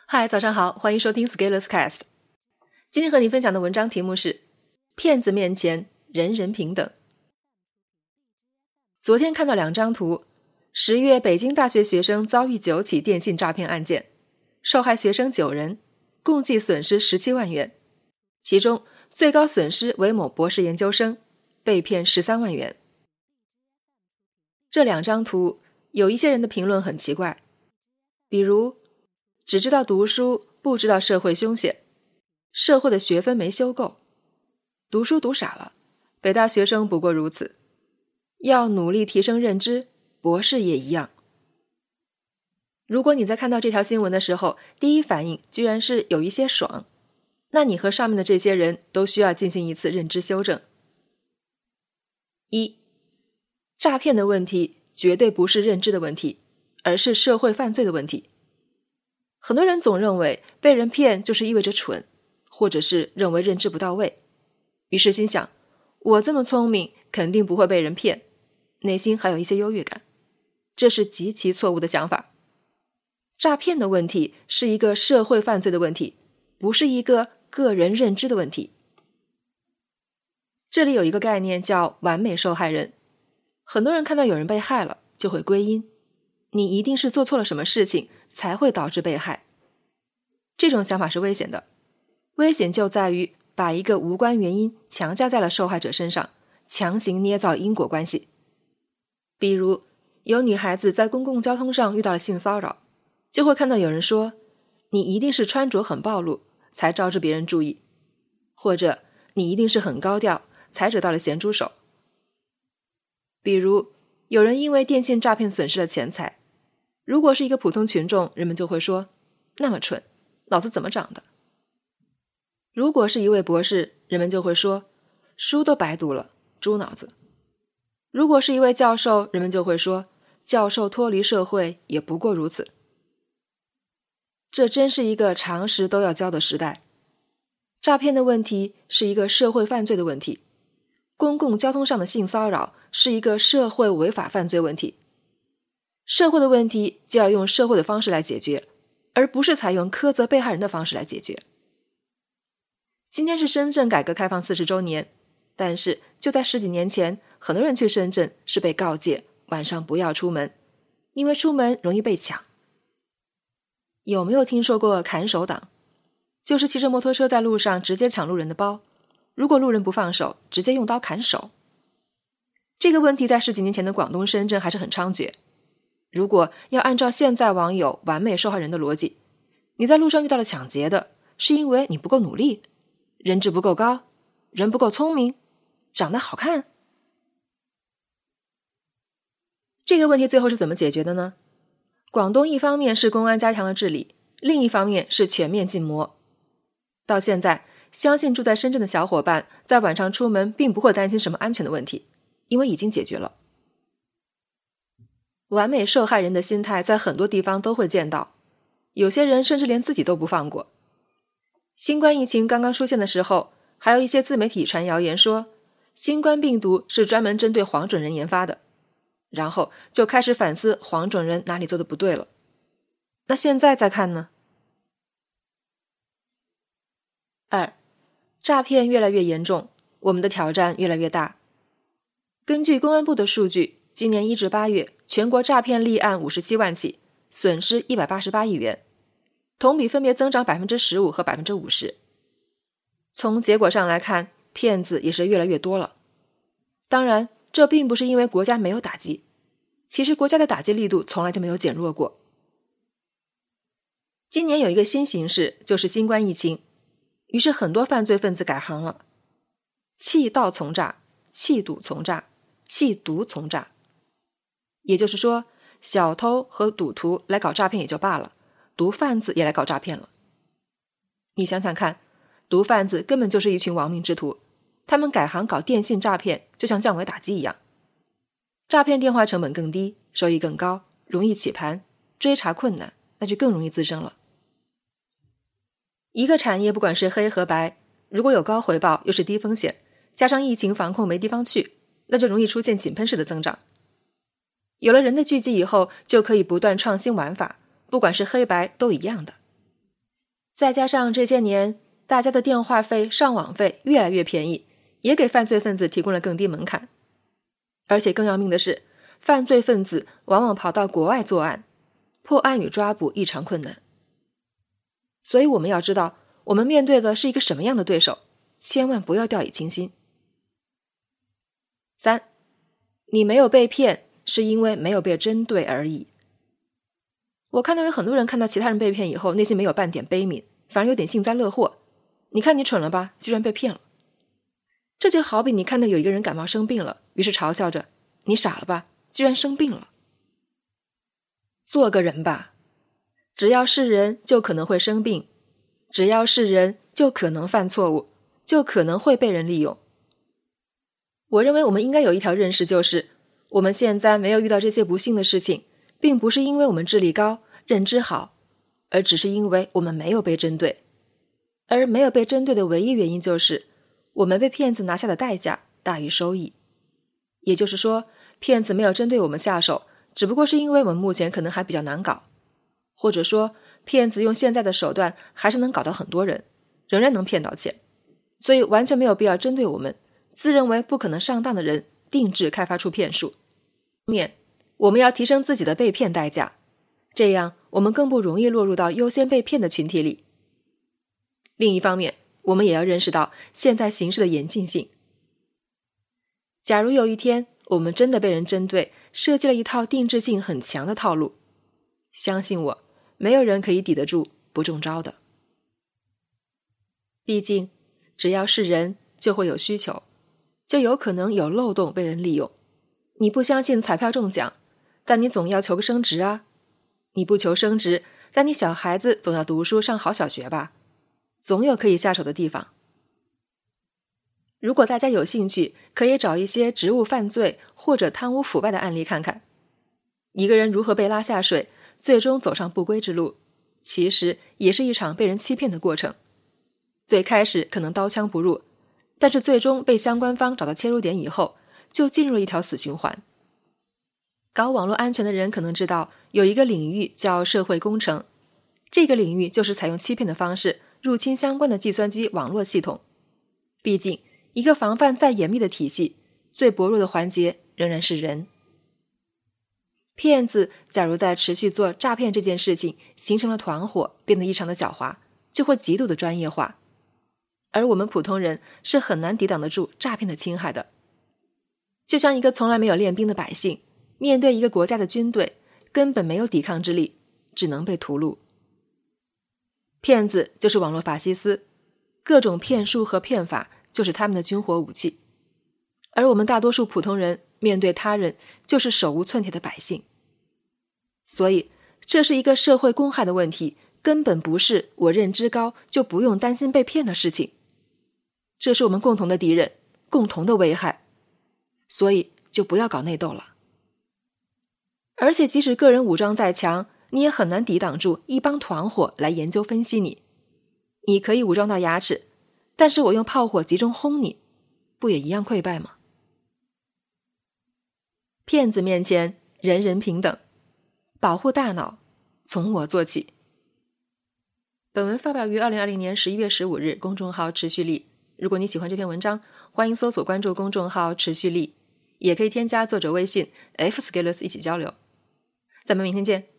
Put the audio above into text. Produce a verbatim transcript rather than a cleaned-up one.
嗨，早上好，欢迎收听 Scalers Cast。 今天和你分享的文章题目是骗子面前人人平等。昨天看到两张图，十月北京大学学生遭遇九起电信诈骗案件，受害学生九人，共计损失十七万元，其中最高损失为某博士研究生，被骗十三万元。这两张图有一些人的评论很奇怪，比如只知道读书，不知道社会凶险，社会的学分没修够，读书读傻了，北大学生不过如此，要努力提升认知，博士也一样。如果你在看到这条新闻的时候，第一反应居然是有一些爽，那你和上面的这些人都需要进行一次认知修正。一，诈骗的问题绝对不是认知的问题，而是社会犯罪的问题。很多人总认为被人骗就是意味着蠢，或者是认为认知不到位，于是心想我这么聪明肯定不会被人骗，内心还有一些优越感，这是极其错误的想法。诈骗的问题是一个社会犯罪的问题，不是一个个人认知的问题。这里有一个概念叫完美受害人，很多人看到有人被害了就会归因，你一定是做错了什么事情才会导致被害。这种想法是危险的，危险就在于把一个无关原因强加在了受害者身上，强行捏造因果关系。比如有女孩子在公共交通上遇到了性骚扰，就会看到有人说你一定是穿着很暴露才招致别人注意，或者你一定是很高调才惹到了咸猪手。比如有人因为电信诈骗损失了钱财，如果是一个普通群众，人们就会说那么蠢，脑子怎么长的？如果是一位博士，人们就会说书都白读了，猪脑子。如果是一位教授，人们就会说教授脱离社会也不过如此。这真是一个常识都要教的时代。诈骗的问题是一个社会犯罪的问题，公共交通上的性骚扰是一个社会违法犯罪问题。社会的问题就要用社会的方式来解决，而不是采用苛责被害人的方式来解决。今天是深圳改革开放四十周年，但是就在十几年前，很多人去深圳是被告诫晚上不要出门，因为出门容易被抢。有没有听说过砍手党？就是骑着摩托车在路上直接抢路人的包，如果路人不放手，直接用刀砍手。这个问题在十几年前的广东深圳还是很猖獗。如果要按照现在网友完美受害人的逻辑，你在路上遇到了抢劫的，是因为你不够努力，人质不够高，人不够聪明，长得好看。这个问题最后是怎么解决的呢？广东一方面是公安加强了治理，另一方面是全面禁摩。到现在，相信住在深圳的小伙伴在晚上出门并不会担心什么安全的问题，因为已经解决了。完美受害人的心态在很多地方都会见到，有些人甚至连自己都不放过。新冠疫情刚刚出现的时候，还有一些自媒体传谣言说新冠病毒是专门针对黄种人研发的，然后就开始反思黄种人哪里做的不对了。那现在再看呢？二，诈骗越来越严重，我们的挑战越来越大。根据公安部的数据，今年一至八月，全国诈骗立案五十七万起，损失一百八十八亿元，同比分别增长 百分之十五 和 百分之五十。 从结果上来看，骗子也是越来越多了。当然，这并不是因为国家没有打击，其实国家的打击力度从来就没有减弱过。今年有一个新形势，就是新冠疫情，于是很多犯罪分子改行了，弃盗从诈，弃赌从诈，弃毒从诈。也就是说，小偷和赌徒来搞诈骗也就罢了，毒贩子也来搞诈骗了。你想想看，毒贩子根本就是一群亡命之徒，他们改行搞电信诈骗，就像降维打击一样。诈骗电话成本更低，收益更高，容易起盘，追查困难，那就更容易滋生了。一个产业不管是黑和白，如果有高回报又是低风险，加上疫情防控没地方去，那就容易出现井喷式的增长。有了人的聚集以后，就可以不断创新玩法，不管是黑白都一样的。 再加上这些年大家的电话费、上网费越来越便宜，也给犯罪分子提供了更低门槛。而且更要命的是，犯罪分子往往跑到国外作案，破案与抓捕异常困难。所以我们要知道，我们面对的是一个什么样的对手，千万不要掉以轻心。三，你没有被骗，是因为没有被针对而已。我看到有很多人看到其他人被骗以后，内心没有半点悲悯，反而有点幸灾乐祸。你看你蠢了吧，居然被骗了。这就好比你看到有一个人感冒生病了，于是嘲笑着，你傻了吧，居然生病了。做个人吧，只要是人就可能会生病，只要是人就可能犯错误，就可能会被人利用。我认为我们应该有一条认识，就是我们现在没有遇到这些不幸的事情，并不是因为我们智力高、认知好，而只是因为我们没有被针对。而没有被针对的唯一原因就是我们被骗子拿下的代价大于收益。也就是说，骗子没有针对我们下手，只不过是因为我们目前可能还比较难搞，或者说骗子用现在的手段还是能搞到很多人，仍然能骗到钱，所以完全没有必要针对我们自认为不可能上当的人定制开发出骗术。面我们要提升自己的被骗代价，这样我们更不容易落入到优先被骗的群体里。另一方面，我们也要认识到现在形势的严峻性。假如有一天我们真的被人针对，设计了一套定制性很强的套路，相信我，没有人可以抵得住不中招的。毕竟只要是人就会有需求，就有可能有漏洞被人利用。你不相信彩票中奖，但你总要求个升职啊。你不求升职，但你小孩子总要读书上好小学吧。总有可以下手的地方。如果大家有兴趣，可以找一些职务犯罪或者贪污腐败的案例看看。一个人如何被拉下水，最终走上不归之路，其实也是一场被人欺骗的过程。最开始可能刀枪不入，但是最终被相关方找到切入点以后，就进入了一条死循环。搞网络安全的人可能知道，有一个领域叫社会工程，这个领域就是采用欺骗的方式入侵相关的计算机网络系统。毕竟一个防范再严密的体系，最薄弱的环节仍然是人。骗子假如在持续做诈骗这件事情形成了团伙，变得异常的狡猾，就会极度的专业化。而我们普通人是很难抵挡得住诈骗的侵害的。就像一个从来没有练兵的百姓，面对一个国家的军队，根本没有抵抗之力，只能被屠戮。骗子就是网络法西斯，各种骗术和骗法就是他们的军火武器。而我们大多数普通人面对他人就是手无寸铁的百姓。所以这是一个社会公害的问题，根本不是我认知高就不用担心被骗的事情。这是我们共同的敌人，共同的危害，所以就不要搞内斗了。而且即使个人武装再强，你也很难抵挡住一帮团伙来研究分析你。你可以武装到牙齿，但是我用炮火集中轰你，不也一样溃败吗？骗子面前人人平等，保护大脑从我做起。本文发表于二零二零年十一月十五日，公众号持续力。如果你喜欢这篇文章，欢迎搜索关注公众号持续力，也可以添加作者微信 F Scalers 一起交流。咱们明天见。